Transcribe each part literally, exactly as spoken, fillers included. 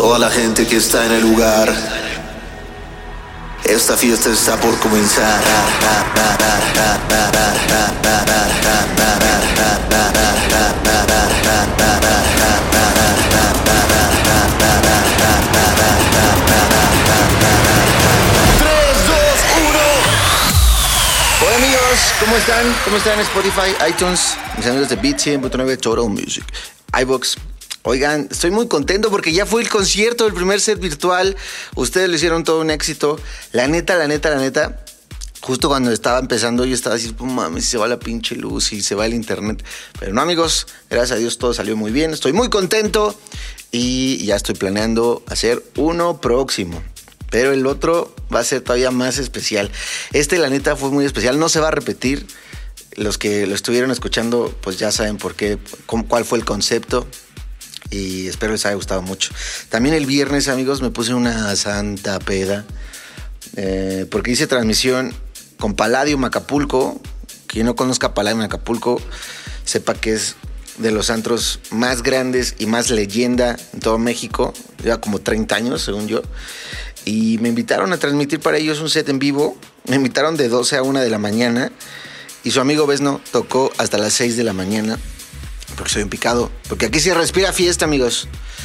toda la gente que está en el lugar. Esta fiesta está por comenzar. tres, dos, uno. Hola amigos, ¿cómo están? ¿Cómo están? Spotify, iTunes, mis amigos de Beat cien punto nueve, Total Music, iVoox. Oigan, estoy muy contento porque ya fue el concierto, el primer set virtual. Ustedes lo hicieron todo un éxito. La neta, la neta, la neta. Justo cuando estaba empezando yo estaba así, pues mames, se va la pinche luz y se va el internet. Pero no, amigos, gracias a Dios todo salió muy bien. Estoy muy contento y ya estoy planeando hacer uno próximo. Pero el otro va a ser todavía más especial. Este, la neta, fue muy especial. No se va a repetir. Los que lo estuvieron escuchando, pues ya saben por qué, cuál fue el concepto. Y espero les haya gustado mucho. También el viernes, amigos, me puse una santa peda. Eh, porque hice transmisión con Palladium Acapulco. Quien no conozca Palladium Acapulco, sepa que es de los antros más grandes y más leyenda en todo México. Lleva como treinta años, según yo. Y me invitaron a transmitir para ellos un set en vivo. Me invitaron de doce a una de la mañana. Y su amigo Besno tocó hasta las seis de la mañana. Porque soy un picado. Porque aquí se respira fiesta, amigos.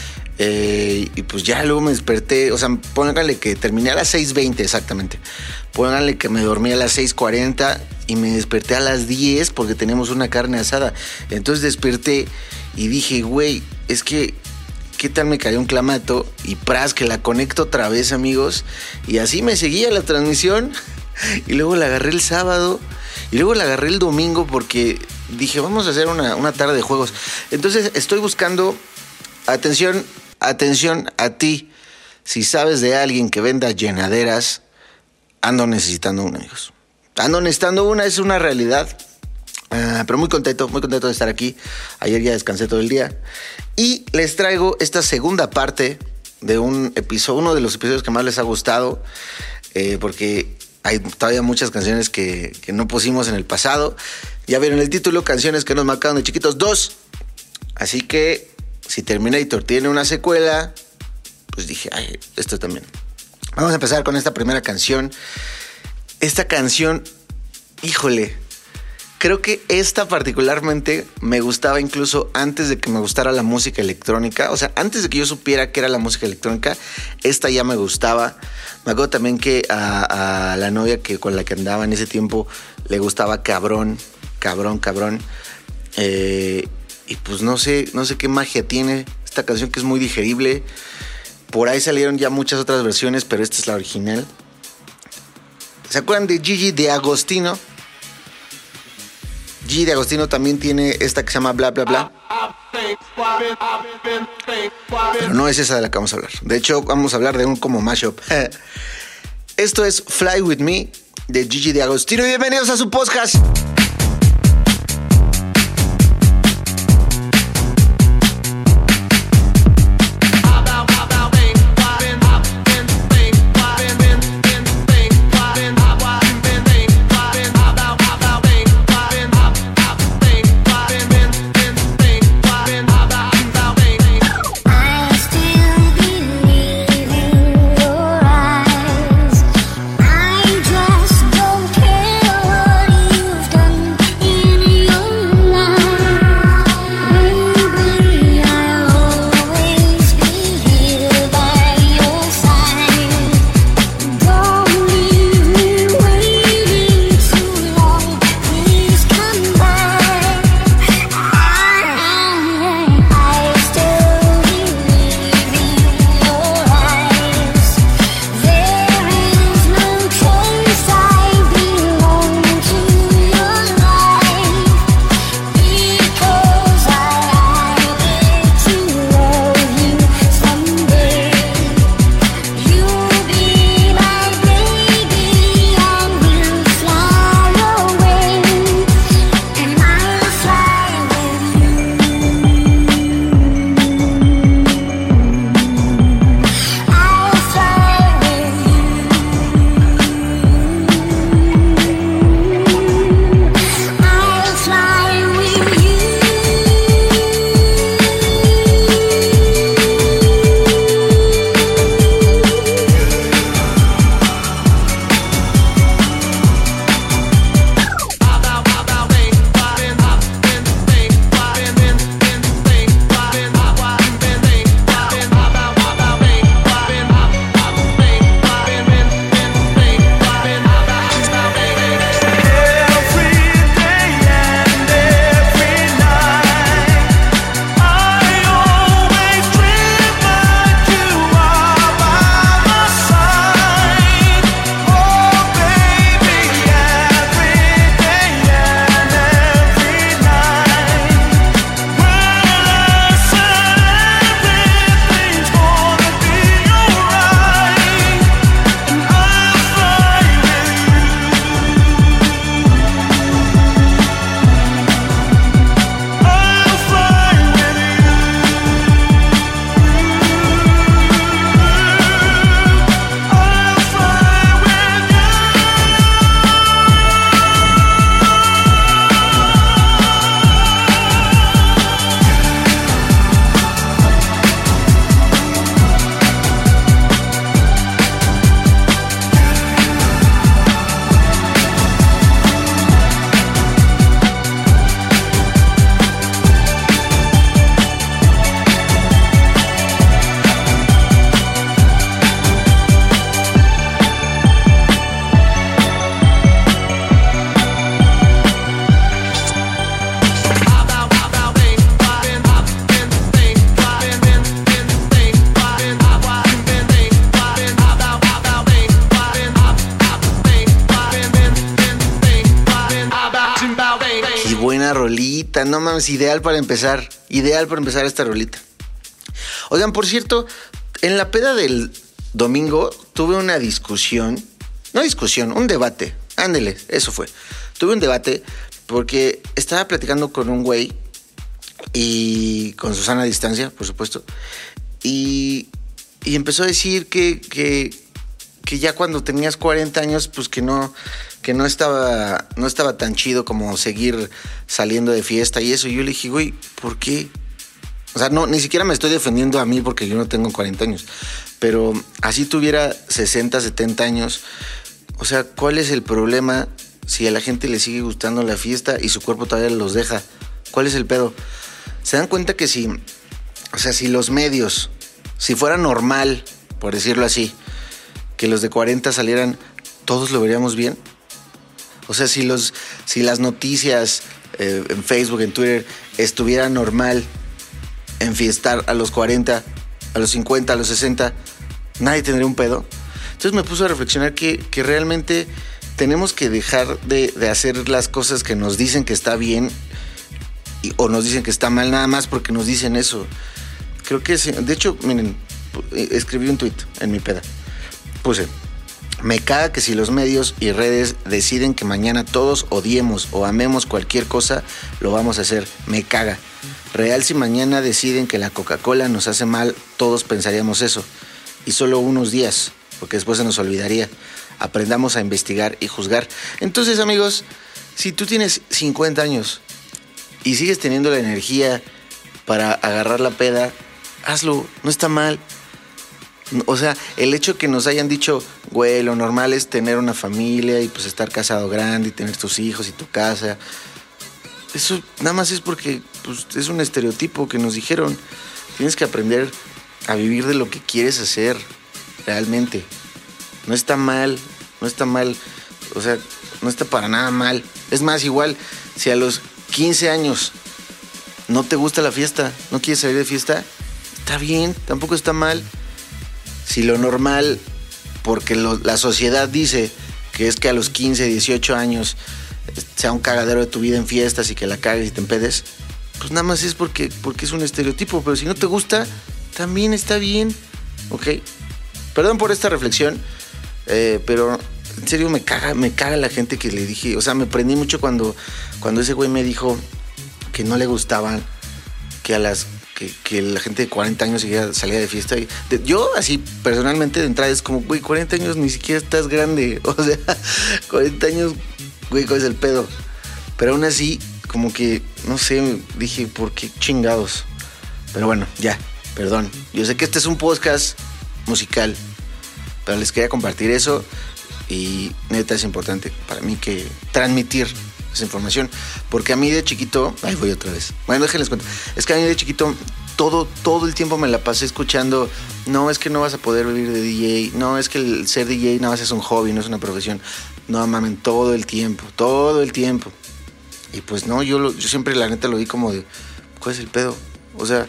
Eh, y pues ya luego me desperté. O sea, pónganle que terminé a las seis veinte exactamente. Pónganle que me dormí a las seis cuarenta y me desperté a las diez porque tenemos una carne asada. Entonces desperté y dije, güey, es que ¿qué tal me cayó un clamato? Y pras, que la conecto otra vez, amigos. Y así me seguía la transmisión. Y luego la agarré el sábado. Y luego la agarré el domingo porque dije, vamos a hacer una, una tarde de juegos. Entonces estoy buscando, atención, atención a ti. Si sabes de alguien que venda llenaderas, ando necesitando una, amigos. Ando necesitando una, es una realidad. Uh, pero muy contento, muy contento de estar aquí. Ayer ya descansé todo el día. Y les traigo esta segunda parte de un episodio, uno de los episodios que más les ha gustado. Eh, porque hay todavía muchas canciones que, que no pusimos en el pasado. Ya vieron el título, canciones que nos marcaron de chiquitos dos. Así que si Terminator tiene una secuela, pues dije, ay, esto también. Vamos a empezar con esta primera canción. Esta canción, híjole, creo que esta particularmente me gustaba incluso antes de que me gustara la música electrónica. O sea, antes de que yo supiera qué era la música electrónica, esta ya me gustaba. Me acuerdo también que a, a la novia que con la que andaba en ese tiempo le gustaba Cabrón, Cabrón, Cabrón. Eh, y pues no sé, no sé qué magia tiene esta canción, que es muy digerible. Por ahí salieron ya muchas otras versiones, pero esta es la original. ¿Se acuerdan de Gigi D'Agostino? Gigi D'Agostino también tiene esta que se llama Bla Bla Bla. Pero no es esa de la que vamos a hablar. De hecho, vamos a hablar de un como mashup. Esto es Fly With Me de Gigi D'Agostino. Y bienvenidos a su podcast. Just don't care what you've done. sea, no mames, ideal para empezar. Ideal para empezar esta rolita. Oigan, por cierto, en la peda del domingo tuve una discusión. No discusión, un debate. Ándele, eso fue. Tuve un debate porque estaba platicando con un güey y con Susana a distancia, por supuesto. Y, y empezó a decir que, que, que ya cuando tenías cuarenta años, pues que no, que no estaba, no estaba tan chido como seguir saliendo de fiesta y eso. Y yo le dije, güey, ¿por qué? O sea, no, ni siquiera me estoy defendiendo a mí porque yo no tengo cuarenta años. Pero así tuviera sesenta, setenta años, o sea, ¿cuál es el problema si a la gente le sigue gustando la fiesta y su cuerpo todavía los deja? ¿Cuál es el pedo? ¿Se dan cuenta que si, o sea, si los medios, si fuera normal, por decirlo así, que los de cuarenta salieran, todos lo veríamos bien? O sea, si, los, si las noticias eh, en Facebook, en Twitter, estuvieran normal enfiestar a los cuarenta, a los cincuenta, a los sesenta, nadie tendría un pedo. Entonces me puso a reflexionar que, que realmente tenemos que dejar de, de hacer las cosas que nos dicen que está bien y, o nos dicen que está mal nada más porque nos dicen eso. Creo que, de hecho, miren, escribí un tweet en mi peda. Puse, me caga que si los medios y redes deciden que mañana todos odiemos o amemos cualquier cosa, lo vamos a hacer. Me caga. Real, si mañana deciden que la Coca-Cola nos hace mal, todos pensaríamos eso. Y solo unos días, porque después se nos olvidaría. Aprendamos a investigar y juzgar. Entonces, amigos, si tú tienes cincuenta años y sigues teniendo la energía para agarrar la peda, hazlo, no está mal. O sea, el hecho que nos hayan dicho, güey, lo normal es tener una familia y pues estar casado grande y tener tus hijos y tu casa, eso nada más es porque pues, es un estereotipo que nos dijeron. Tienes que aprender a vivir de lo que quieres hacer realmente. No está mal, no está mal, o sea, no está para nada mal. Es más, igual, si a los quince años no te gusta la fiesta, no quieres salir de fiesta, está bien, tampoco está mal. Si lo normal, porque lo, la sociedad dice que es que a los quince, dieciocho años sea un cagadero de tu vida en fiestas y que la cagues y te empedes, pues nada más es porque, porque es un estereotipo. Pero si no te gusta, también está bien, ¿ok? Perdón por esta reflexión, eh, pero en serio me caga, me caga la gente que le dije. O sea, me prendí mucho cuando, cuando ese güey me dijo que no le gustaban, que a las que, que la gente de cuarenta años salía de fiesta. Y de, yo así personalmente de entrada es como, güey, cuarenta años ni siquiera estás grande. O sea, cuarenta años, güey, ¿cuál es el pedo? Pero aún así, como que, no sé, dije, ¿por qué chingados? Pero bueno, ya, perdón. Yo sé que este es un podcast musical, pero les quería compartir eso. Y neta es importante para mí que transmitir esa información, porque a mí de chiquito, ahí voy otra vez, bueno, déjenles cuento, es que a mí de chiquito todo, todo el tiempo me la pasé escuchando, no, es que no vas a poder vivir de D J, no, es que el ser D J nada más es un hobby, no es una profesión. No mamen, todo el tiempo, todo el tiempo. Y pues no, yo, lo, yo siempre la neta lo vi como de, ¿cuál es el pedo? O sea,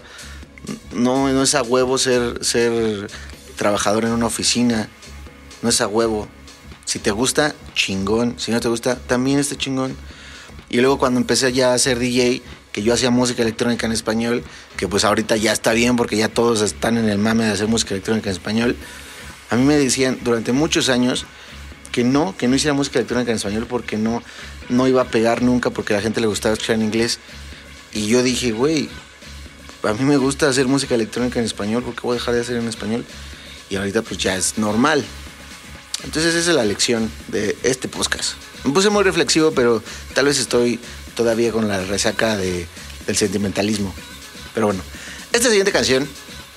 no, no es a huevo ser, ser trabajador en una oficina, no es a huevo. Si te gusta, chingón. Si no te gusta, también está chingón. Y luego cuando empecé ya a ser D J, que yo hacía música electrónica en español, que pues ahorita ya está bien porque ya todos están en el mame de hacer música electrónica en español, a mí me decían durante muchos años que no, que no hiciera música electrónica en español porque no, no iba a pegar nunca, porque a la gente le gustaba escuchar en inglés. Y yo dije, güey, a mí me gusta hacer música electrónica en español, ¿por qué voy a dejar de hacer en español? Y ahorita pues ya es normal. Entonces esa es la lección de este podcast. Me puse muy reflexivo, pero tal vez estoy todavía con la resaca de, del sentimentalismo. Pero bueno, esta siguiente canción,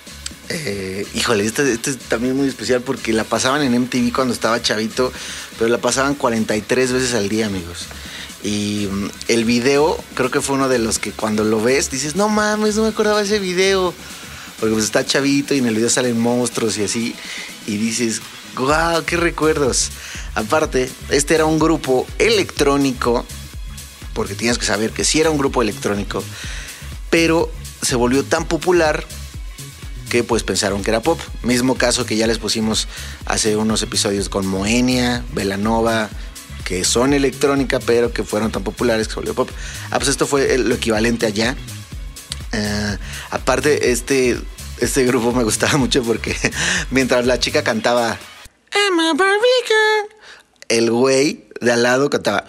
eh, híjole, esta, esta es también muy especial porque la pasaban en M T V cuando estaba chavito, pero la pasaban cuarenta y tres veces al día, amigos. Y um, el video creo que fue uno de los que cuando lo ves dices, no mames, no me acordaba de ese video. Porque pues está chavito y en el video salen monstruos y así. Y dices, ¡guau! ¡Qué recuerdos! Aparte, este era un grupo electrónico, porque tienes que saber que sí era un grupo electrónico, pero se volvió tan popular que pues pensaron que era pop. Mismo caso que ya les pusimos hace unos episodios con Moenia, Belanova, que son electrónica, pero que fueron tan populares que se volvió pop. Ah, pues esto fue lo equivalente allá. Uh, aparte, este, este grupo me gustaba mucho porque mientras la chica cantaba I'm a Barbie girl, el güey de al lado cantaba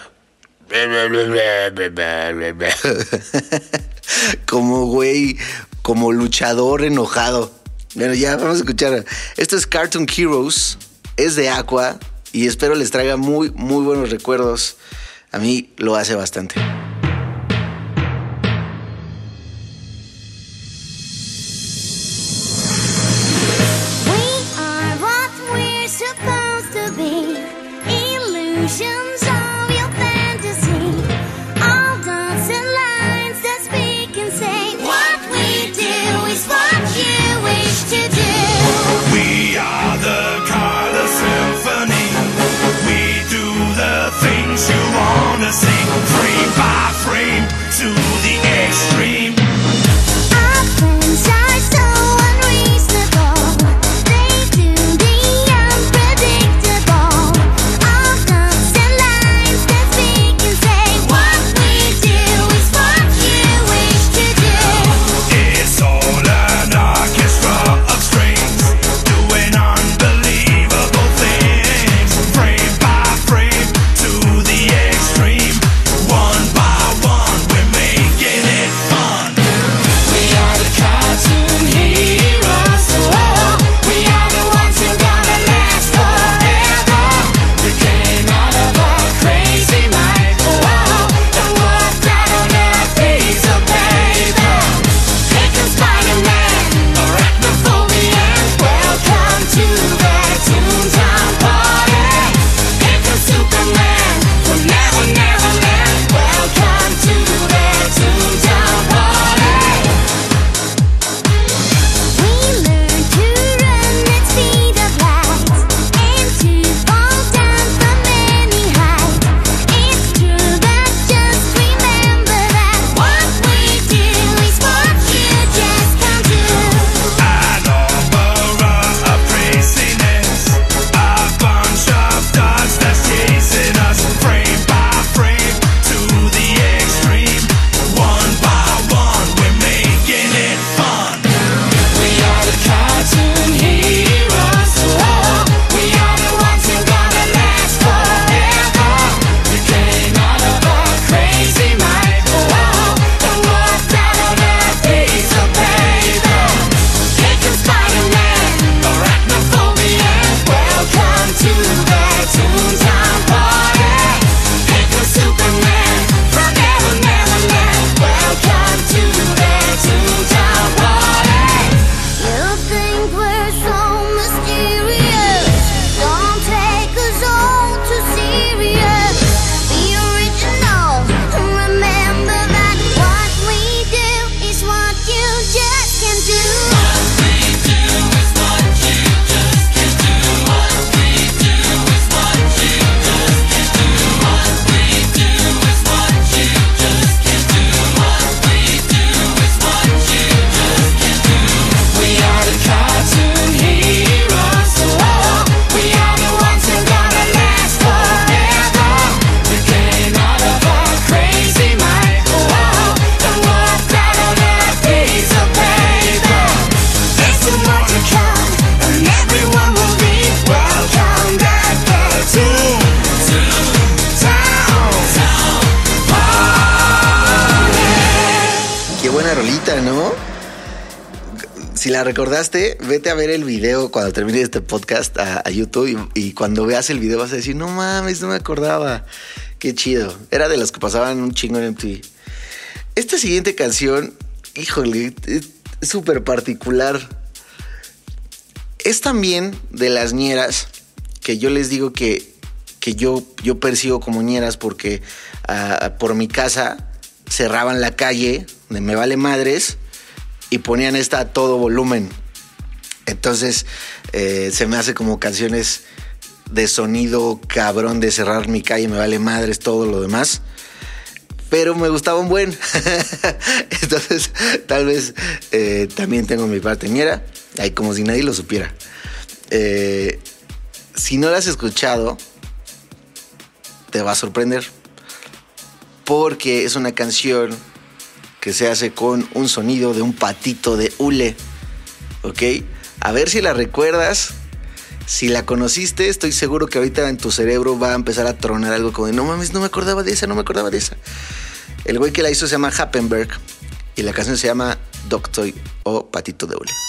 como güey, como luchador enojado. Bueno, ya vamos a escuchar. Esto es Cartoon Heroes, es de Aqua y espero les traiga muy, muy buenos recuerdos. A mí lo hace bastante. Frame by frame to the extreme. Our friends are so unreasonable. They do the unpredictable. All thoughts and lines that speak and say what we do is what you wish to do. It's all an orchestra of strings doing unbelievable things. Frame by frame to the extreme. One by one, we're making it fun. We are the cartoon heroes. Oh, we are the ones who gonna last forever. We came out of a crazy mind. Oh, and walked out on a piece of paper. Take a Spider-Man, arachnophobian. Welcome to the Toontown Party. Take a Superman from Never Never Land. Welcome to the Toontown Party. We learn to run at speed of light and to fall down from any height. It's true, but just remember that what we do is what you just can't do. An opera of craziness, a bunch of dogs that's chasing us. Frame by frame to the extreme. One by one, we're making it fun. We are the cartoon heroes. Oh, we are the ones who gonna last forever. We came out of a crazy mind. Oh, and walked out on a piece of paper. Take a Spider-Man, arachnophobian. Welcome to the Toontown Party. Take a Superman from Never Never Land. Welcome to the Toontown Party. You think we're so mysterious? Don't take us all too serious. Be original. Remember that what we do is what you just can't do. What we do is what you just can't do. What we do is what you just can't do. What we do is what you just can't do. What we do is what you just can't do. We are the cartoon heroes. Oh, we are the ones who gonna last forever. We came out of a crazy mind. Oh, and walked out on a piece of paper. There's some more to come, and everyone will be welcome back to Toontown Party. Qué buena rolita, ¿no? Si la recordaste, vete a ver el video cuando termine este podcast a, a YouTube y, y cuando veas el video vas a decir, no mames, no me acordaba. Qué chido. Era de las que pasaban un chingo en M T V. Esta siguiente canción, híjole, es súper particular. Es también de las ñeras que yo les digo que, que yo, yo percibo como ñeras porque uh, por mi casa cerraban la calle de Me Vale Madres y ponían esta a todo volumen. Entonces eh, se me hace como canciones de sonido cabrón de cerrar mi calle, Me Vale Madres, todo lo demás. Pero me gustaba un buen. Entonces tal vez eh, también tengo mi parte ñera. Ay, como si nadie lo supiera. Eh, si no la has escuchado, te va a sorprender. Porque es una canción que se hace con un sonido de un patito de hule. ¿Ok? A ver si la recuerdas. Si la conociste, estoy seguro que ahorita en tu cerebro va a empezar a tronar algo como de no mames, no me acordaba de esa, no me acordaba de esa. El güey que la hizo se llama Happenberg y la canción se llama Dog Toy o Patito de Hule.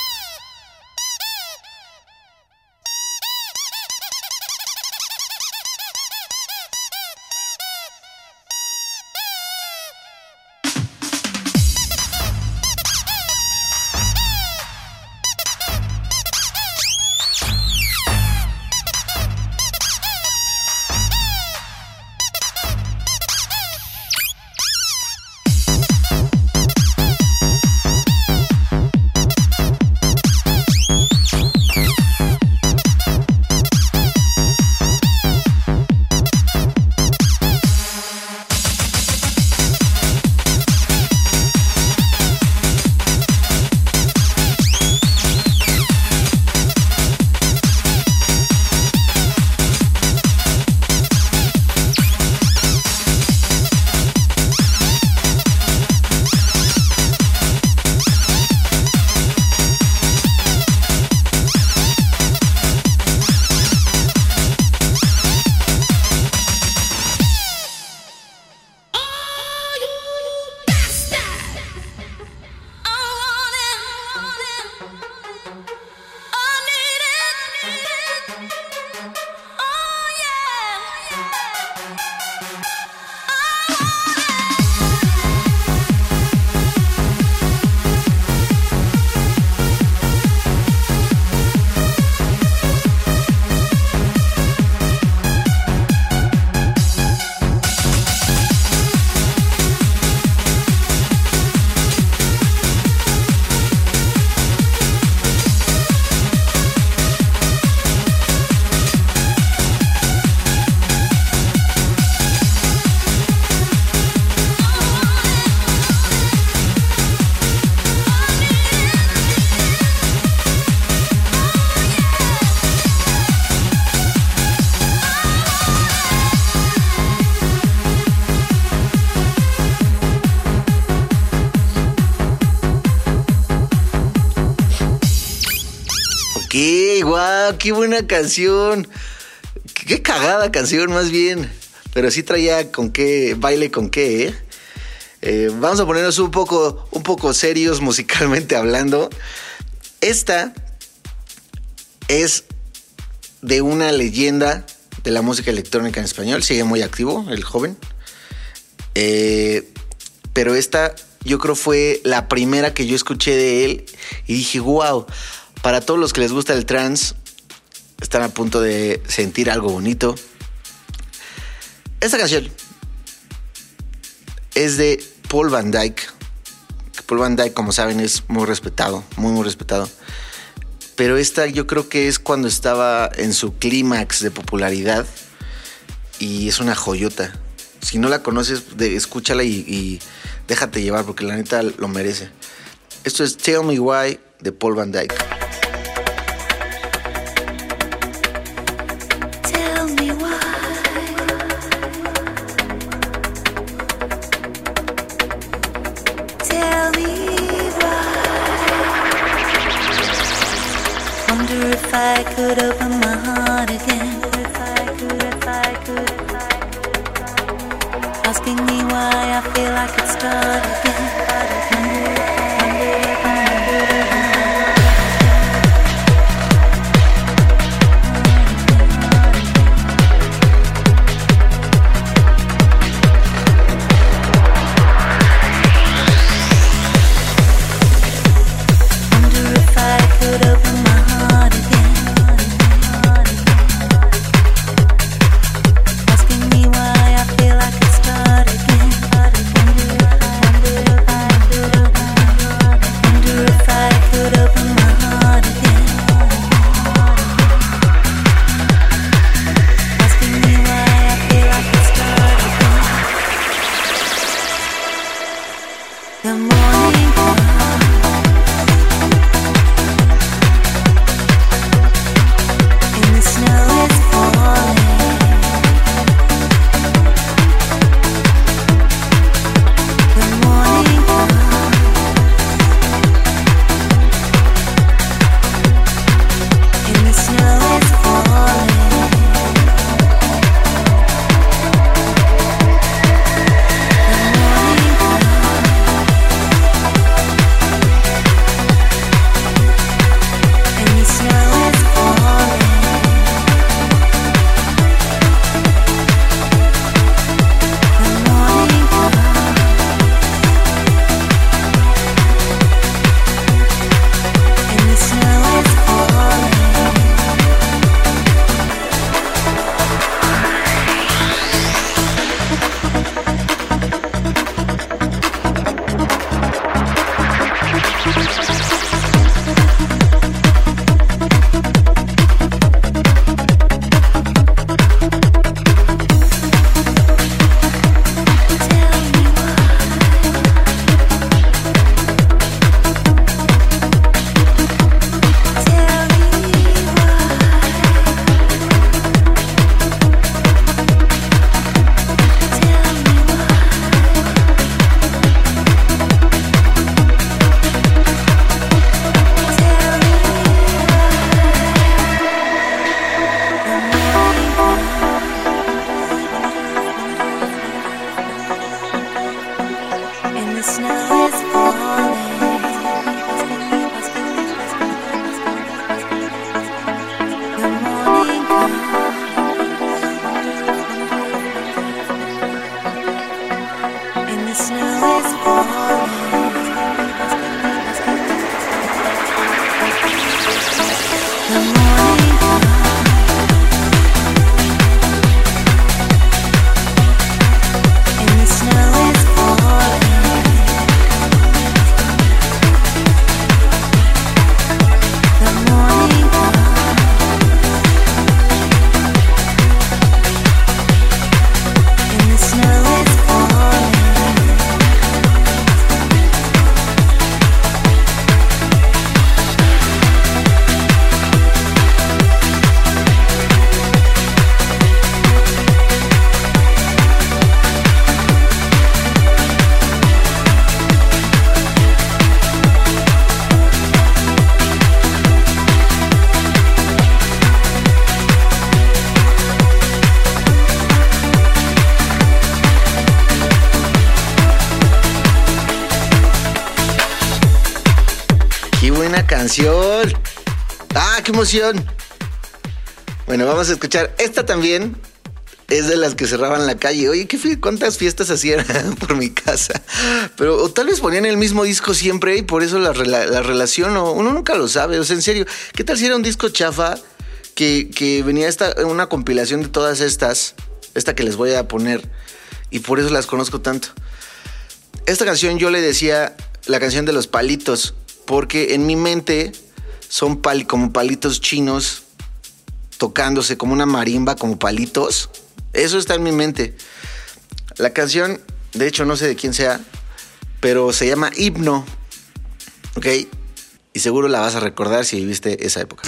¿Qué? ¡Guau! ¡Qué buena canción! ¡Qué, qué cagada canción, más bien! Pero sí traía con qué, baile con qué, ¿eh? Eh, vamos a ponernos un poco, un poco serios musicalmente hablando. Esta es de una leyenda de la música electrónica en español. Sigue muy activo el joven. Eh, pero esta yo creo fue la primera que yo escuché de él y dije, wow, para todos los que les gusta el trance, están a punto de sentir algo bonito. Esta canción es de Paul Van Dyk. Paul Van Dyk, como saben, es muy respetado, muy, muy respetado. Pero esta yo creo que es cuando estaba en su clímax de popularidad y es una joyota. Si no la conoces, de, escúchala y, y déjate llevar porque la neta lo merece. Esto es Tell Me Why de Paul Van Dyk. If I could open my heart again, if I could, if I could, if I could, asking me why I feel I could start again. Wonder if I could open my heart again. Asking me why I feel I could start again. Wonder if I Canción. ¡Ah, qué emoción! Bueno, vamos a escuchar. Esta también es de las que cerraban la calle. Oye, ¿qué fui? ¿Cuántas fiestas hacían por mi casa? Pero o tal vez ponían el mismo disco siempre y por eso la, la, la relación, o uno nunca lo sabe. O sea, en serio, ¿qué tal si era un disco chafa que, que venía esta, una compilación de todas estas, esta que les voy a poner, y por eso las conozco tanto? Esta canción yo le decía la canción de los palitos, porque en mi mente son pal- como palitos chinos tocándose como una marimba, como palitos. Eso está en mi mente. La canción, de hecho, no sé de quién sea, pero se llama Himno, ¿ok? Y seguro la vas a recordar si viviste esa época.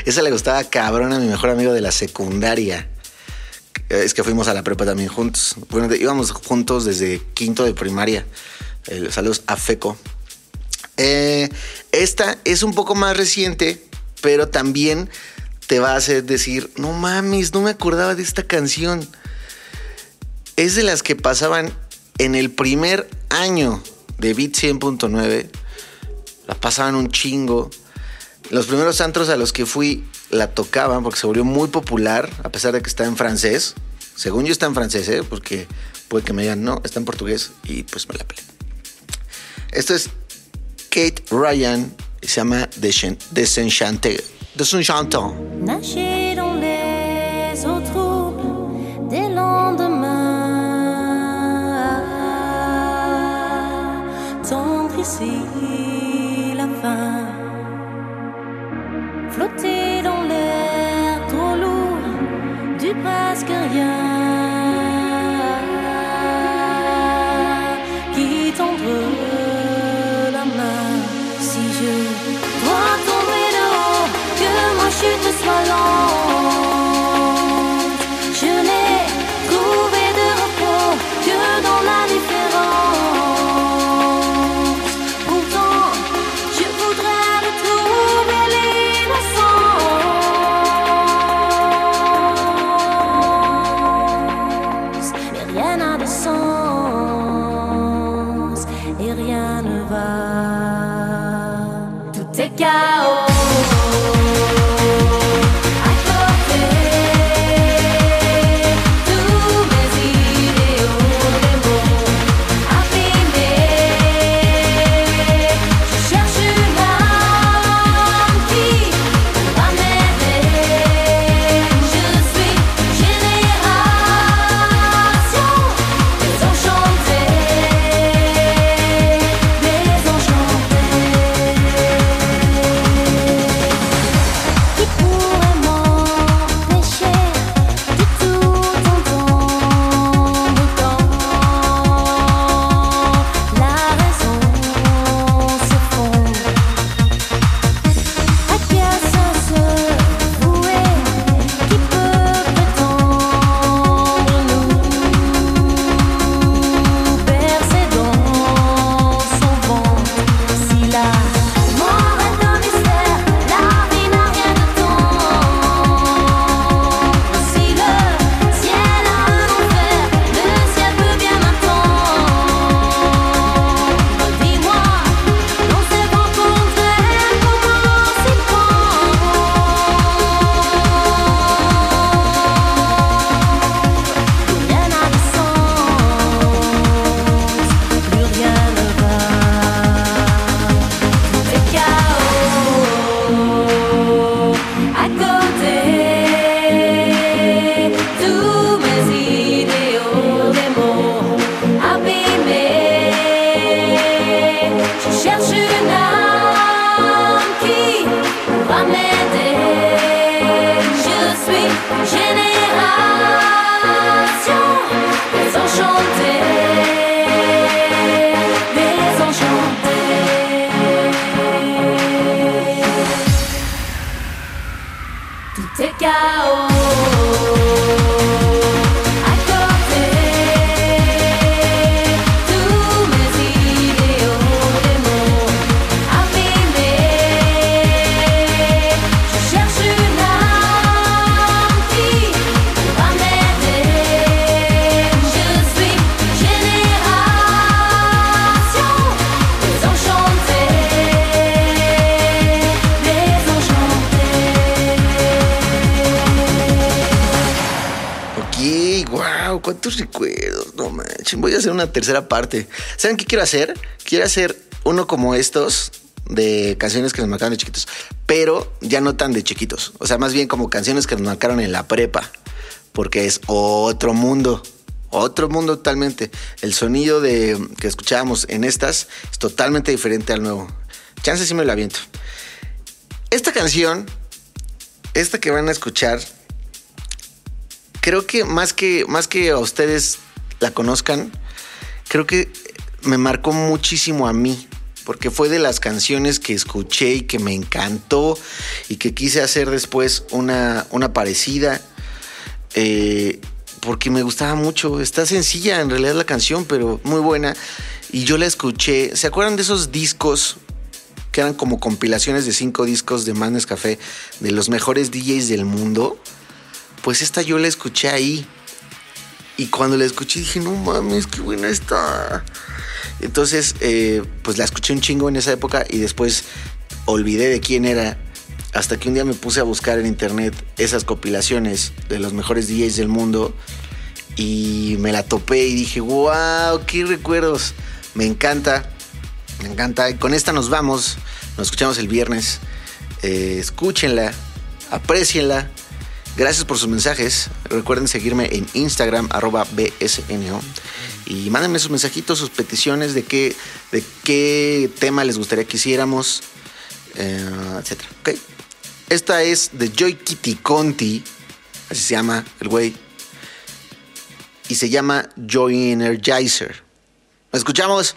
Esa le gustaba cabrón a mi mejor amigo de la secundaria. Es que fuimos a la prepa también juntos. Bueno, de, íbamos juntos desde quinto de primaria. Eh, saludos a Feco. Eh, esta es un poco más reciente, pero también te va a hacer decir, no mames, no me acordaba de esta canción. Es de las que pasaban en el primer año de Beat cien punto nueve. La pasaban un chingo. Los primeros antros a los que fui la tocaban porque se volvió muy popular, a pesar de que está en francés. Según yo está en francés, ¿eh? Porque puede que me digan, no, está en portugués y pues me la pelé. Esto es Kate Ryan y se llama Desenchanté. Desenchantant. Nager dans les eaux troubles des lendemains, tendre ici la fin, flotter dans l'air trop lourd du presque rien, qui tendre la main si je dois tomber de haut, que ma chute soit lente. Je n'ai trouvé de repos que dans la différence. Pourtant, je voudrais retrouver l'innocence. Mais rien n'a de sens et rien ne va. Tout est chaos. ¿Cuántos recuerdos? No manches, voy a hacer una tercera parte. ¿Saben qué quiero hacer? Quiero hacer uno como estos de canciones que nos marcaron de chiquitos, pero ya no tan de chiquitos. O sea, más bien como canciones que nos marcaron en la prepa, porque es otro mundo, otro mundo totalmente. El sonido de que escuchábamos en estas es totalmente diferente al nuevo. Chance sí me lo aviento. Esta canción, esta que van a escuchar, creo que más que más que a ustedes la conozcan, creo que me marcó muchísimo a mí. porque fue de las canciones que escuché y que me encantó y que quise hacer después una, una parecida, eh, porque me gustaba mucho. Está sencilla en realidad la canción, pero muy buena, y yo la escuché. ¿Se acuerdan de esos discos que eran como compilaciones de cinco discos de Más Nescafé de los mejores D Js del mundo? Pues esta yo la escuché ahí, y cuando la escuché dije, no mames, qué buena está. Entonces, eh, pues la escuché un chingo en esa época y después olvidé de quién era, hasta que un día me puse a buscar en internet esas compilaciones de los mejores D Js del mundo y me la topé y dije, wow, qué recuerdos. Me encanta, me encanta. Y con esta nos vamos, nos escuchamos el viernes. Eh, escúchenla, aprécienla. Gracias por sus mensajes. Recuerden seguirme en Instagram, arroba B S N O. Y mándenme sus mensajitos, sus peticiones de qué, de qué tema les gustaría que hiciéramos, eh, etcétera. ¿Okay? Esta es de Joy Kitty Conti, así se llama el güey, y se llama Joy Energizer. ¿Nos escuchamos?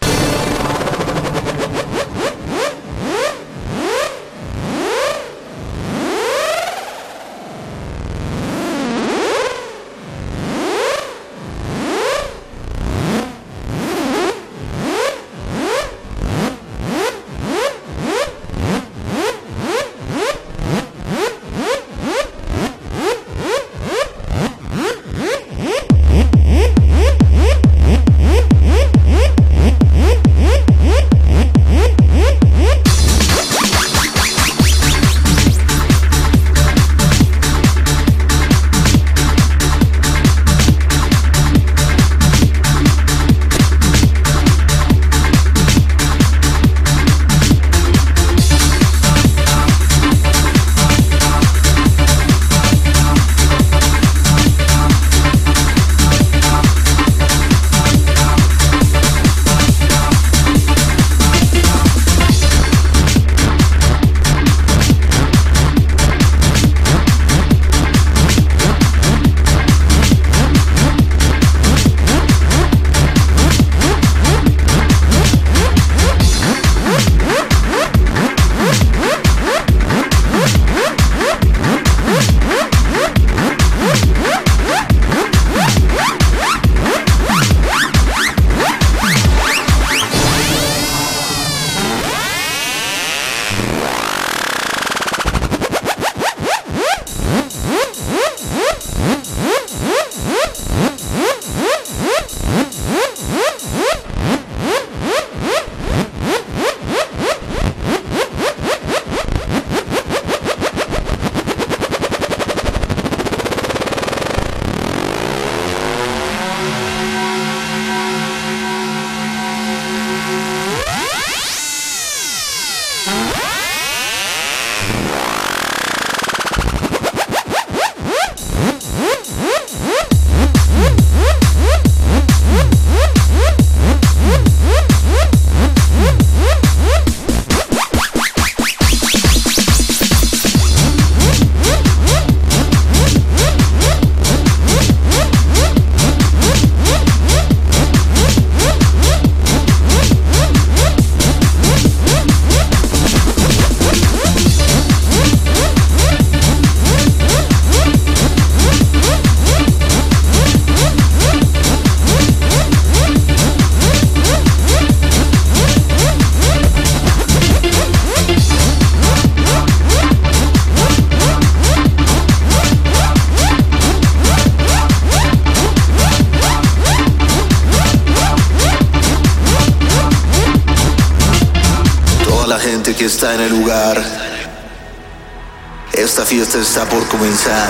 Que está en el lugar. Esta fiesta está por comenzar.